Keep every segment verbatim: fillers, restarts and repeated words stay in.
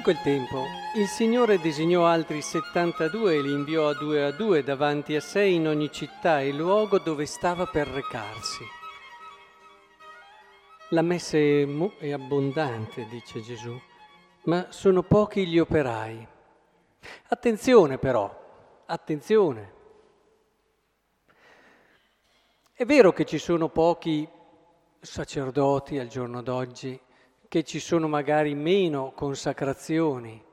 quel tempo il Signore designò altri settantadue e li inviò a due a due davanti a sé in ogni città e luogo dove stava per recarsi. La messe è abbondante, dice Gesù, ma sono pochi gli operai. Attenzione però, attenzione. È vero che ci sono pochi sacerdoti al giorno d'oggi, che ci sono magari meno consacrazioni,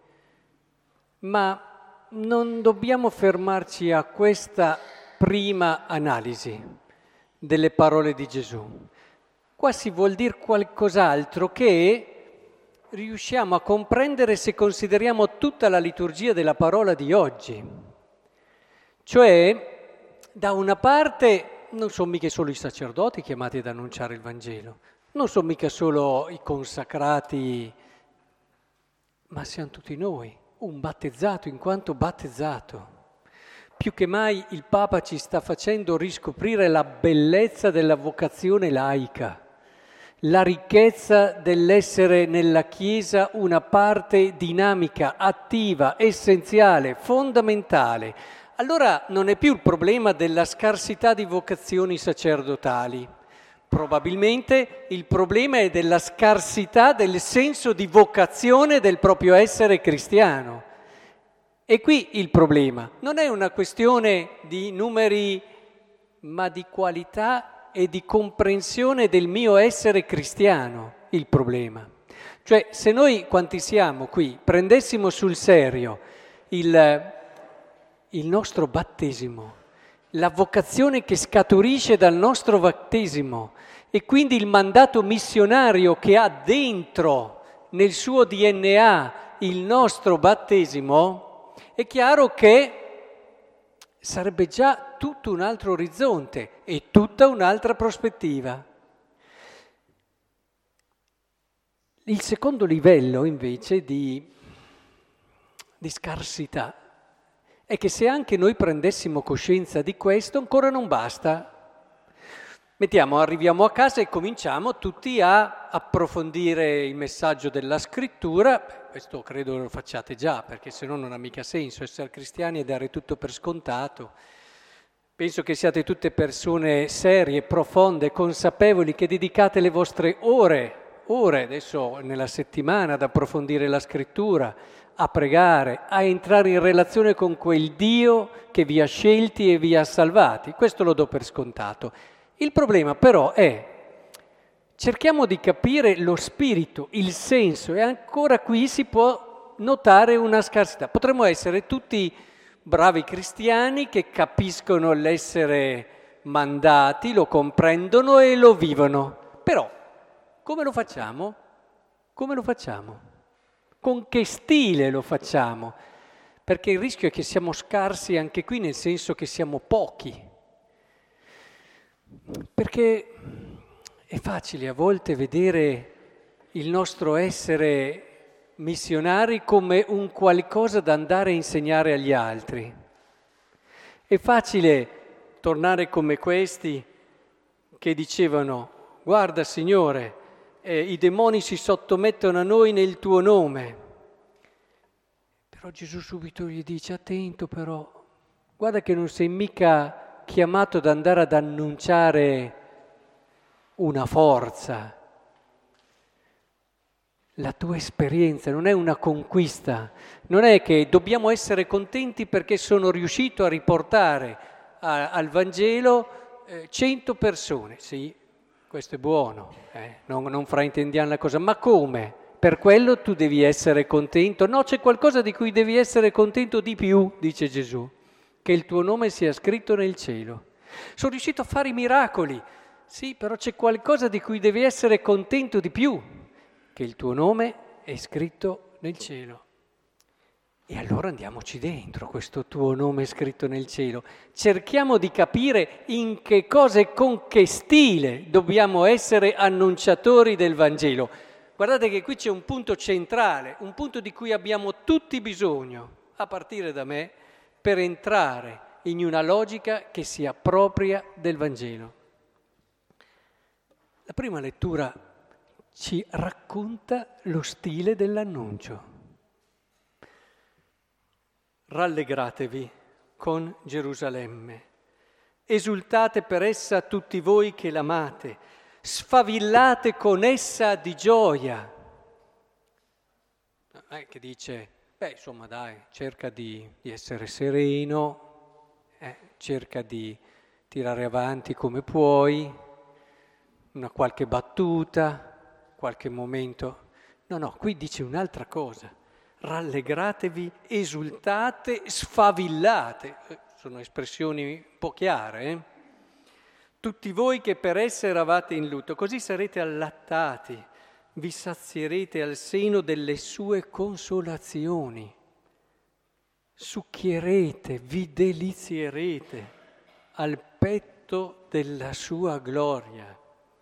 ma non dobbiamo fermarci a questa prima analisi delle parole di Gesù. Qua si vuol dire qualcos'altro che riusciamo a comprendere se consideriamo tutta la liturgia della parola di oggi. Cioè, da una parte, non sono mica solo i sacerdoti chiamati ad annunciare il Vangelo, non sono mica solo i consacrati, ma siamo tutti noi, un battezzato in quanto battezzato. Più che mai il Papa ci sta facendo riscoprire la bellezza della vocazione laica, la ricchezza dell'essere nella Chiesa una parte dinamica, attiva, essenziale, fondamentale. Allora non è più il problema della scarsità di vocazioni sacerdotali. Probabilmente il problema è della scarsità del senso di vocazione del proprio essere cristiano. E qui il problema non è una questione di numeri, ma di qualità e di comprensione del mio essere cristiano, il problema. Cioè, se noi quanti siamo qui prendessimo sul serio il, il nostro battesimo, la vocazione che scaturisce dal nostro battesimo e quindi il mandato missionario che ha dentro nel suo D N A il nostro battesimo, è chiaro che sarebbe già tutto un altro orizzonte e tutta un'altra prospettiva. Il secondo livello invece di, di scarsità è che se anche noi prendessimo coscienza di questo ancora non basta. Mettiamo, arriviamo a casa e cominciamo tutti a approfondire il messaggio della scrittura. Beh, questo credo lo facciate già, perché se no non ha mica senso essere cristiani e dare tutto per scontato. Penso che siate tutte persone serie, profonde, consapevoli, che dedicate le vostre ore, ore adesso nella settimana ad approfondire la scrittura, a pregare, a entrare in relazione con quel Dio che vi ha scelti e vi ha salvati. Questo lo do per scontato. Il problema però è, cerchiamo di capire lo spirito, il senso, e ancora qui si può notare una scarsità. Potremmo essere tutti bravi cristiani che capiscono l'essere mandati, lo comprendono e lo vivono. Però, come lo facciamo? Come lo facciamo? Con che stile lo facciamo? Perché il rischio è che siamo scarsi anche qui, nel senso che siamo pochi. Perché è facile a volte vedere il nostro essere missionari come un qualcosa da andare a insegnare agli altri. È facile tornare come questi che dicevano: guarda Signore, eh, i demoni si sottomettono a noi nel tuo nome. Però Gesù subito gli dice: attento però, guarda che non sei mica chiamato ad andare ad annunciare una forza. La tua esperienza non è una conquista, non è che dobbiamo essere contenti perché sono riuscito a riportare a, al Vangelo eh, cento persone. Sì, questo è buono, eh, non, non fraintendiamo la cosa, ma come? Per quello tu devi essere contento? No, c'è qualcosa di cui devi essere contento di più, dice Gesù, che il tuo nome sia scritto nel cielo. Sono riuscito a fare i miracoli, sì, però c'è qualcosa di cui devi essere contento di più, che il tuo nome è scritto nel cielo. E allora andiamoci dentro, questo tuo nome è scritto nel cielo. Cerchiamo di capire in che cosa e con che stile dobbiamo essere annunciatori del Vangelo. Guardate che qui c'è un punto centrale, un punto di cui abbiamo tutti bisogno, a partire da me, per entrare in una logica che sia propria del Vangelo. La prima lettura ci racconta lo stile dell'annuncio. rallegratevi con Gerusalemme, esultate per essa tutti voi che l'amate, sfavillate con essa di gioia. Non è che dice, beh insomma dai, cerca di, di essere sereno, eh, cerca di tirare avanti come puoi, una qualche battuta, qualche momento. No, no, qui dice un'altra cosa. Rallegratevi, esultate, sfavillate. Sono espressioni un po' chiare, eh? Tutti voi che per essa eravate in lutto, così sarete allattati, vi sazierete al seno delle sue consolazioni, succhierete, vi delizierete al petto della sua gloria.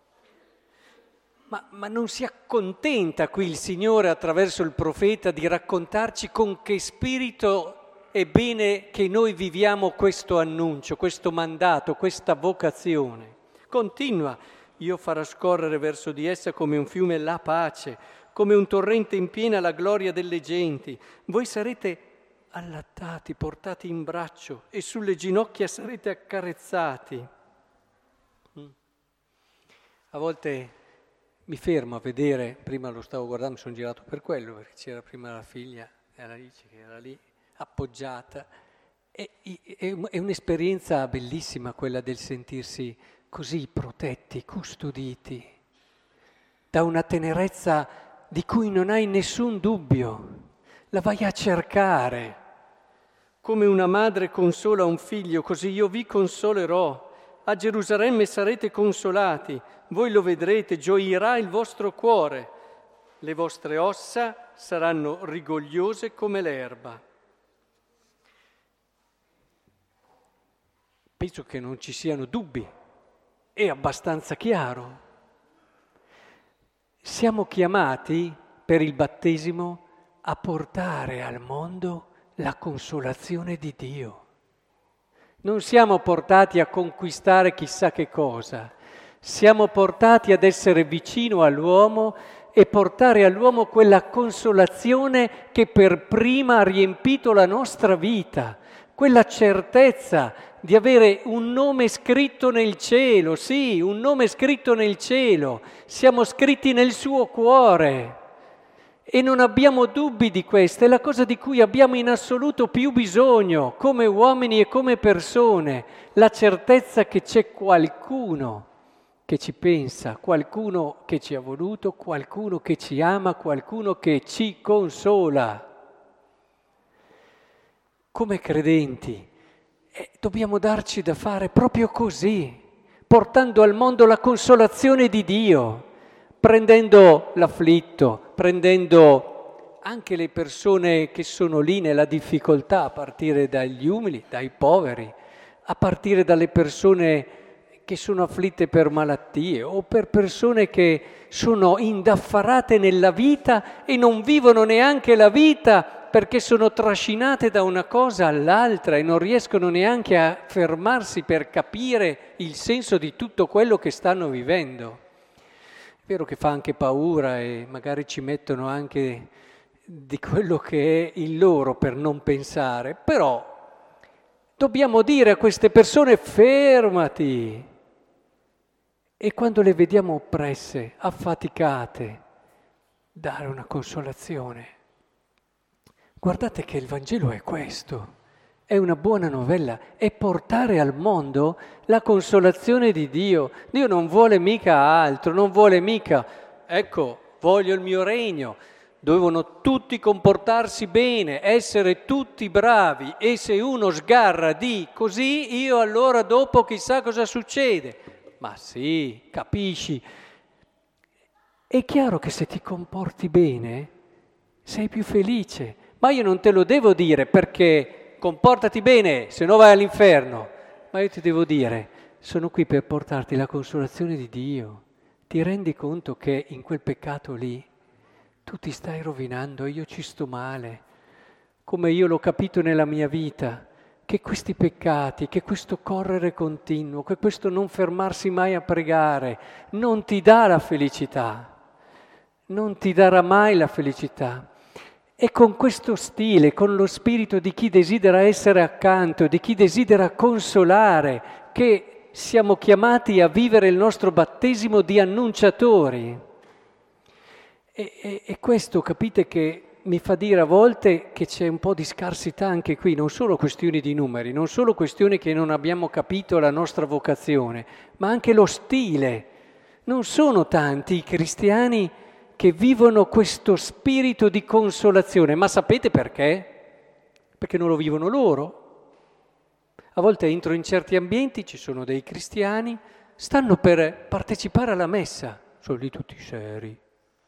Ma, ma non si accontenta qui il Signore attraverso il profeta di raccontarci con che spirito è bene che noi viviamo questo annuncio, questo mandato, questa vocazione. Continua, io farò scorrere verso di essa come un fiume la pace, come un torrente in piena la gloria delle genti. Voi sarete allattati, portati in braccio e sulle ginocchia sarete accarezzati. A volte mi fermo a vedere, prima lo stavo guardando, mi sono girato per quello, perché c'era prima la figlia, era lì, che era lì, appoggiata. E, è, è un'esperienza bellissima quella del sentirsi così protetti, custoditi, da una tenerezza di cui non hai nessun dubbio. La vai a cercare. Come una madre consola un figlio, così io vi consolerò. A Gerusalemme sarete consolati, voi lo vedrete, gioirà il vostro cuore, le vostre ossa saranno rigogliose come l'erba. Penso che non ci siano dubbi, è abbastanza chiaro. Siamo chiamati per il battesimo a portare al mondo la consolazione di Dio. Non siamo portati a conquistare chissà che cosa, siamo portati ad essere vicino all'uomo e portare all'uomo quella consolazione che per prima ha riempito la nostra vita, quella certezza di avere un nome scritto nel cielo, sì, un nome scritto nel cielo, siamo scritti nel suo cuore. E non abbiamo dubbi di questo, è la cosa di cui abbiamo in assoluto più bisogno, come uomini e come persone, la certezza che c'è qualcuno che ci pensa, qualcuno che ci ha voluto, qualcuno che ci ama, qualcuno che ci consola. Come credenti eh, dobbiamo darci da fare proprio così, portando al mondo la consolazione di Dio, prendendo l'afflitto, prendendo anche le persone che sono lì nella difficoltà, a partire dagli umili, dai poveri, a partire dalle persone che sono afflitte per malattie o per persone che sono indaffarate nella vita e non vivono neanche la vita perché sono trascinate da una cosa all'altra e non riescono neanche a fermarsi per capire il senso di tutto quello che stanno vivendo. È vero che fa anche paura e magari ci mettono anche di quello che è il loro per non pensare, però dobbiamo dire a queste persone fermati e quando le vediamo oppresse, affaticate, dare una consolazione. Guardate che il Vangelo è questo, è una buona novella, è portare al mondo la consolazione di Dio. Dio non vuole mica altro, non vuole mica, ecco, voglio il mio regno. Dovevano tutti comportarsi bene, essere tutti bravi e se uno sgarra di così, io allora dopo chissà cosa succede. Ma sì, capisci? È chiaro che se ti comporti bene sei più felice, ma io non te lo devo dire perché comportati bene, se no vai all'inferno. Ma io ti devo dire, sono qui per portarti la consolazione di Dio. Ti rendi conto che in quel peccato lì tu ti stai rovinando e io ci sto male, come io l'ho capito nella mia vita, che questi peccati, che questo correre continuo, che questo non fermarsi mai a pregare, non ti dà la felicità, non ti darà mai la felicità. E con questo stile, con lo spirito di chi desidera essere accanto, di chi desidera consolare, che siamo chiamati a vivere il nostro battesimo di annunciatori. E, e, e questo, capite, che mi fa dire a volte che c'è un po' di scarsità anche qui, non solo questioni di numeri, non solo questioni che non abbiamo capito la nostra vocazione, ma anche lo stile. Non sono tanti i cristiani che vivono questo spirito di consolazione, ma sapete perché? Perché non lo vivono loro. A volte entro in certi ambienti, ci sono dei cristiani, stanno per partecipare alla messa, sono lì tutti seri.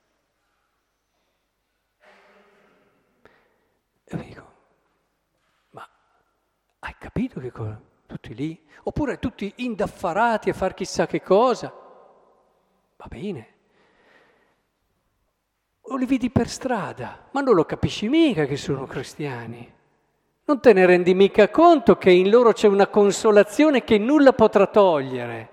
E dico, ma hai capito che cosa? Tutti lì? Oppure tutti indaffarati a far chissà che cosa? Va bene. O li vedi per strada, ma non lo capisci mica che sono cristiani. Non te ne rendi mica conto che in loro c'è una consolazione che nulla potrà togliere.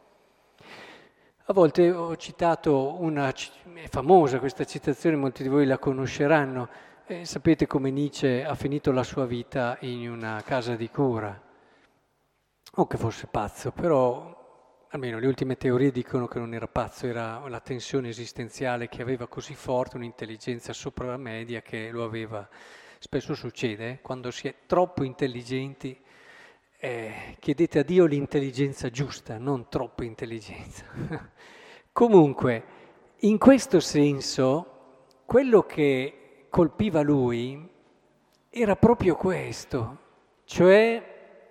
A volte ho citato una, è famosa questa citazione, molti di voi la conosceranno. Eh, sapete come Nietzsche ha finito la sua vita in una casa di cura. O che fosse pazzo, però almeno le ultime teorie dicono che non era pazzo, era la tensione esistenziale che aveva così forte, un'intelligenza sopra la media che lo aveva. Spesso succede, eh, quando si è troppo intelligenti, eh, chiedete a Dio l'intelligenza giusta, non troppa intelligenza. Comunque, in questo senso, quello che colpiva lui era proprio questo, cioè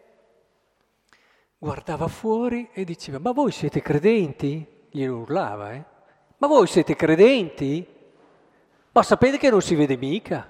guardava fuori e diceva, ma voi siete credenti? Glielo urlava, eh? Ma voi siete credenti? Ma sapete che non si vede mica?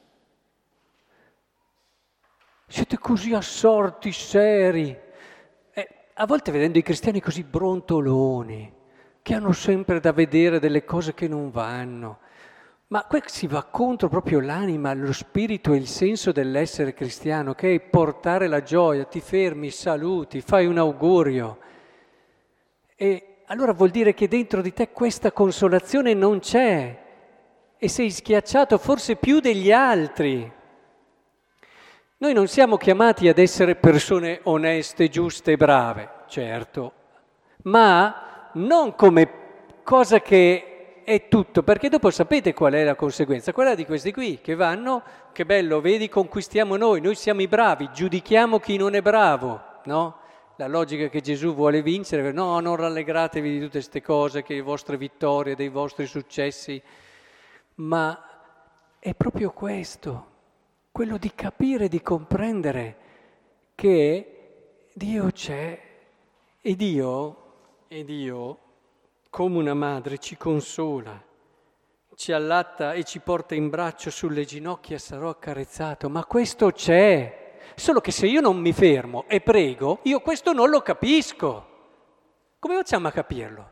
Siete così assorti, seri. Eh, a volte vedendo i cristiani così brontoloni, che hanno sempre da vedere delle cose che non vanno, ma qui si va contro proprio l'anima, lo spirito e il senso dell'essere cristiano, che è portare la gioia, ti fermi, saluti, fai un augurio. E allora vuol dire che dentro di te questa consolazione non c'è e sei schiacciato forse più degli altri. Noi non siamo chiamati ad essere persone oneste, giuste e brave, certo, ma non come cosa che è tutto, perché dopo sapete qual è la conseguenza? Quella di questi qui che vanno, che bello, vedi, conquistiamo noi, noi siamo i bravi, giudichiamo chi non è bravo, no? La logica che Gesù vuole vincere, no, non rallegratevi di tutte queste cose, che le vostre vittorie, dei vostri successi, ma è proprio questo, quello di capire, di comprendere che Dio c'è e Dio, e Dio come una madre ci consola, ci allatta e ci porta in braccio sulle ginocchia, sarò accarezzato, ma questo c'è, solo che se io non mi fermo e prego, io questo non lo capisco. Come facciamo a capirlo?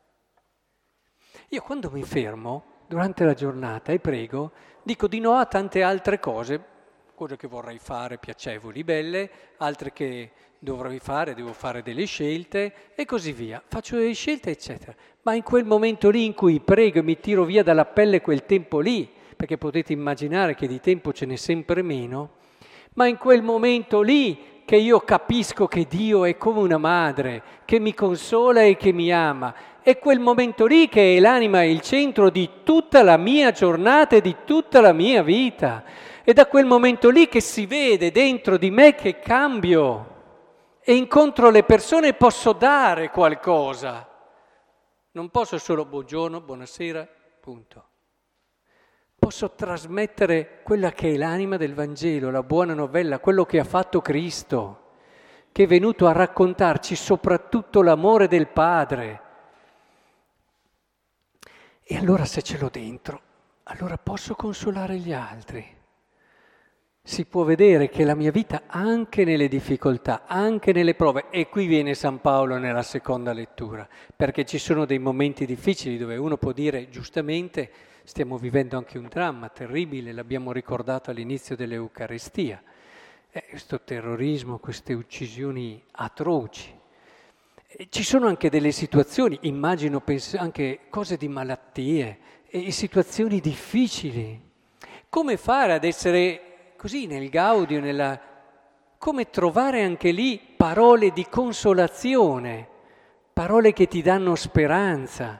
Io quando mi fermo durante la giornata e prego, dico di no a tante altre cose, cose che vorrei fare piacevoli, belle, altre che dovrei fare, devo fare delle scelte e così via. Faccio delle scelte, eccetera. Ma in quel momento lì in cui prego e mi tiro via dalla pelle quel tempo lì, perché potete immaginare che di tempo ce n'è sempre meno, ma in quel momento lì che io capisco che Dio è come una madre, che mi consola e che mi ama, è quel momento lì che l'anima è il centro di tutta la mia giornata e di tutta la mia vita. È da quel momento lì che si vede dentro di me che cambio e incontro le persone e posso dare qualcosa. Non posso solo buongiorno, buonasera, punto. Posso trasmettere quella che è l'anima del Vangelo, la buona novella, quello che ha fatto Cristo, che è venuto a raccontarci soprattutto l'amore del Padre. E allora se ce l'ho dentro, allora posso consolare gli altri. Si può vedere che la mia vita, anche nelle difficoltà, anche nelle prove, e qui viene San Paolo nella seconda lettura, perché ci sono dei momenti difficili dove uno può dire giustamente stiamo vivendo anche un dramma terribile, l'abbiamo ricordato all'inizio dell'Eucaristia, eh, questo terrorismo, queste uccisioni atroci. E ci sono anche delle situazioni, immagino anche cose di malattie e situazioni difficili. come fare ad essere così nel gaudio, nella... come trovare anche lì parole di consolazione, parole che ti danno speranza.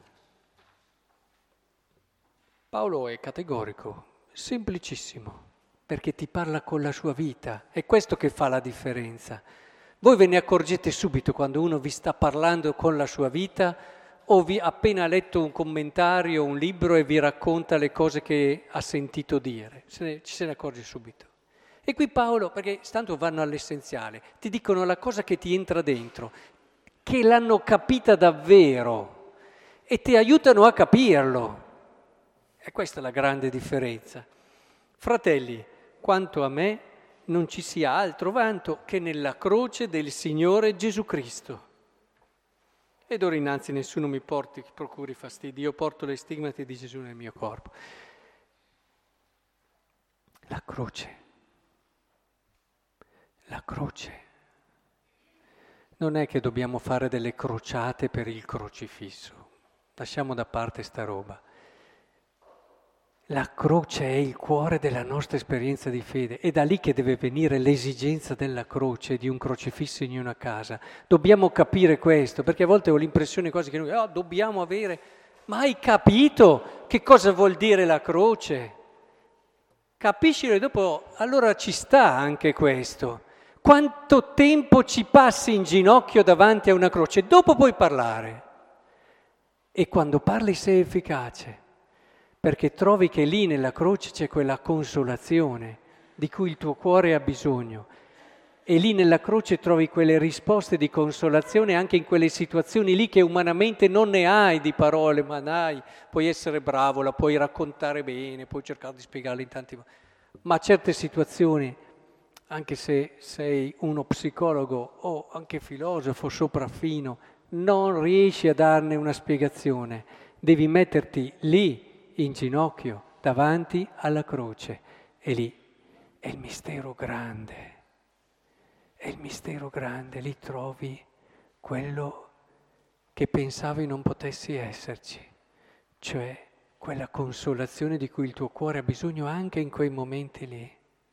Paolo è categorico, semplicissimo, perché ti parla con la sua vita, è questo che fa la differenza. Voi ve ne accorgete subito quando uno vi sta parlando con la sua vita o vi ha appena letto un commentario, un libro e vi racconta le cose che ha sentito dire, se ne, ci se ne accorge subito. E qui Paolo, perché tanto vanno all'essenziale, ti dicono la cosa che ti entra dentro, che l'hanno capita davvero e ti aiutano a capirlo. E questa è la grande differenza. Fratelli, quanto a me, non ci sia altro vanto che nella croce del Signore Gesù Cristo. Ed ora innanzi nessuno mi porti, procuri fastidio, io porto le stigmate di Gesù nel mio corpo. La croce. La croce. Non è che dobbiamo fare delle crociate per il crocifisso. Lasciamo da parte sta roba. La croce è il cuore della nostra esperienza di fede. È da lì che deve venire l'esigenza della croce, di un crocifisso in una casa. Dobbiamo capire questo, perché a volte ho l'impressione quasi che noi oh, dobbiamo avere... Ma hai capito che cosa vuol dire la croce? Capiscilo e dopo allora ci sta anche questo. Quanto tempo ci passi in ginocchio davanti a una croce? Dopo puoi parlare. E quando parli sei efficace, perché trovi che lì nella croce c'è quella consolazione di cui il tuo cuore ha bisogno. E lì nella croce trovi quelle risposte di consolazione anche in quelle situazioni lì che umanamente non ne hai di parole, ma dai, puoi essere bravo, la puoi raccontare bene, puoi cercare di spiegarle in tanti modi. Ma certe situazioni, anche se sei uno psicologo o anche filosofo sopraffino, non riesci a darne una spiegazione. Devi metterti lì in ginocchio davanti alla croce e lì è il mistero grande, è il mistero grande, lì trovi quello che pensavi non potessi esserci, cioè quella consolazione di cui il tuo cuore ha bisogno anche in quei momenti lì.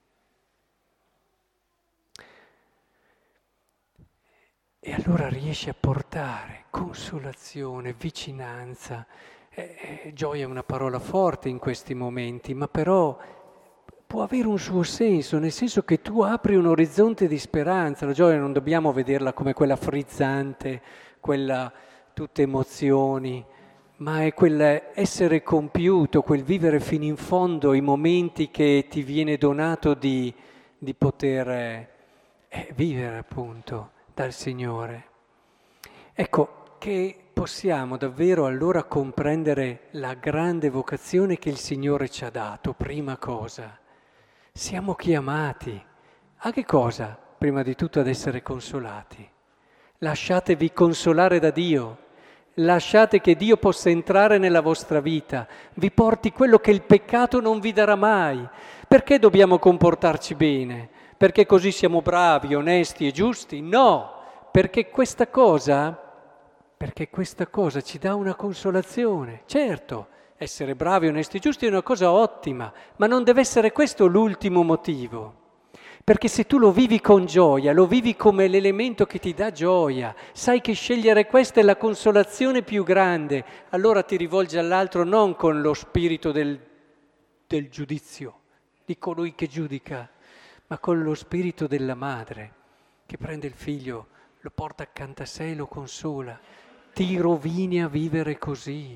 E allora riesci a portare consolazione, vicinanza. Eh, eh, gioia è una parola forte in questi momenti, ma però può avere un suo senso, nel senso che tu apri un orizzonte di speranza. La gioia non dobbiamo vederla come quella frizzante, quella tutte emozioni, ma è quell'essere compiuto, quel vivere fino in fondo i momenti che ti viene donato di, di poter eh, vivere appunto dal Signore. Ecco che possiamo davvero allora comprendere la grande vocazione che il Signore ci ha dato, prima cosa. Siamo chiamati a che cosa? Prima di tutto ad essere consolati. Lasciatevi consolare da Dio, lasciate che Dio possa entrare nella vostra vita, vi porti quello che il peccato non vi darà mai. Perché dobbiamo comportarci bene? Perché così siamo bravi, onesti e giusti? No, perché questa cosa, perché questa cosa ci dà una consolazione. Certo, essere bravi, onesti e giusti è una cosa ottima, ma non deve essere questo l'ultimo motivo. Perché se tu lo vivi con gioia, lo vivi come l'elemento che ti dà gioia, sai che scegliere questa è la consolazione più grande, allora ti rivolgi all'altro non con lo spirito del, del giudizio, di colui che giudica, ma con lo spirito della madre che prende il figlio, lo porta accanto a sé e lo consola. Ti rovini a vivere così.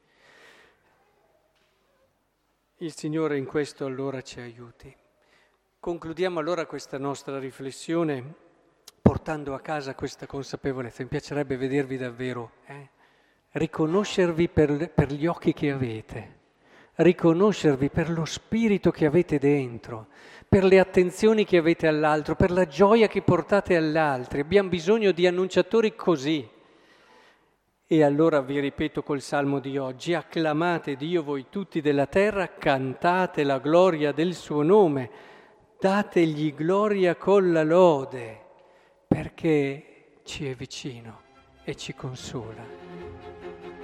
Il Signore in questo allora ci aiuti. Concludiamo allora questa nostra riflessione portando a casa questa consapevolezza. Mi piacerebbe vedervi davvero, eh? riconoscervi per, per gli occhi che avete, riconoscervi per lo spirito che avete dentro, per le attenzioni che avete all'altro, per la gioia che portate agli altri. Abbiamo bisogno di annunciatori così. E allora vi ripeto col salmo di oggi: acclamate Dio voi tutti della terra, cantate la gloria del suo nome, dategli gloria con la lode, perché ci è vicino e ci consola.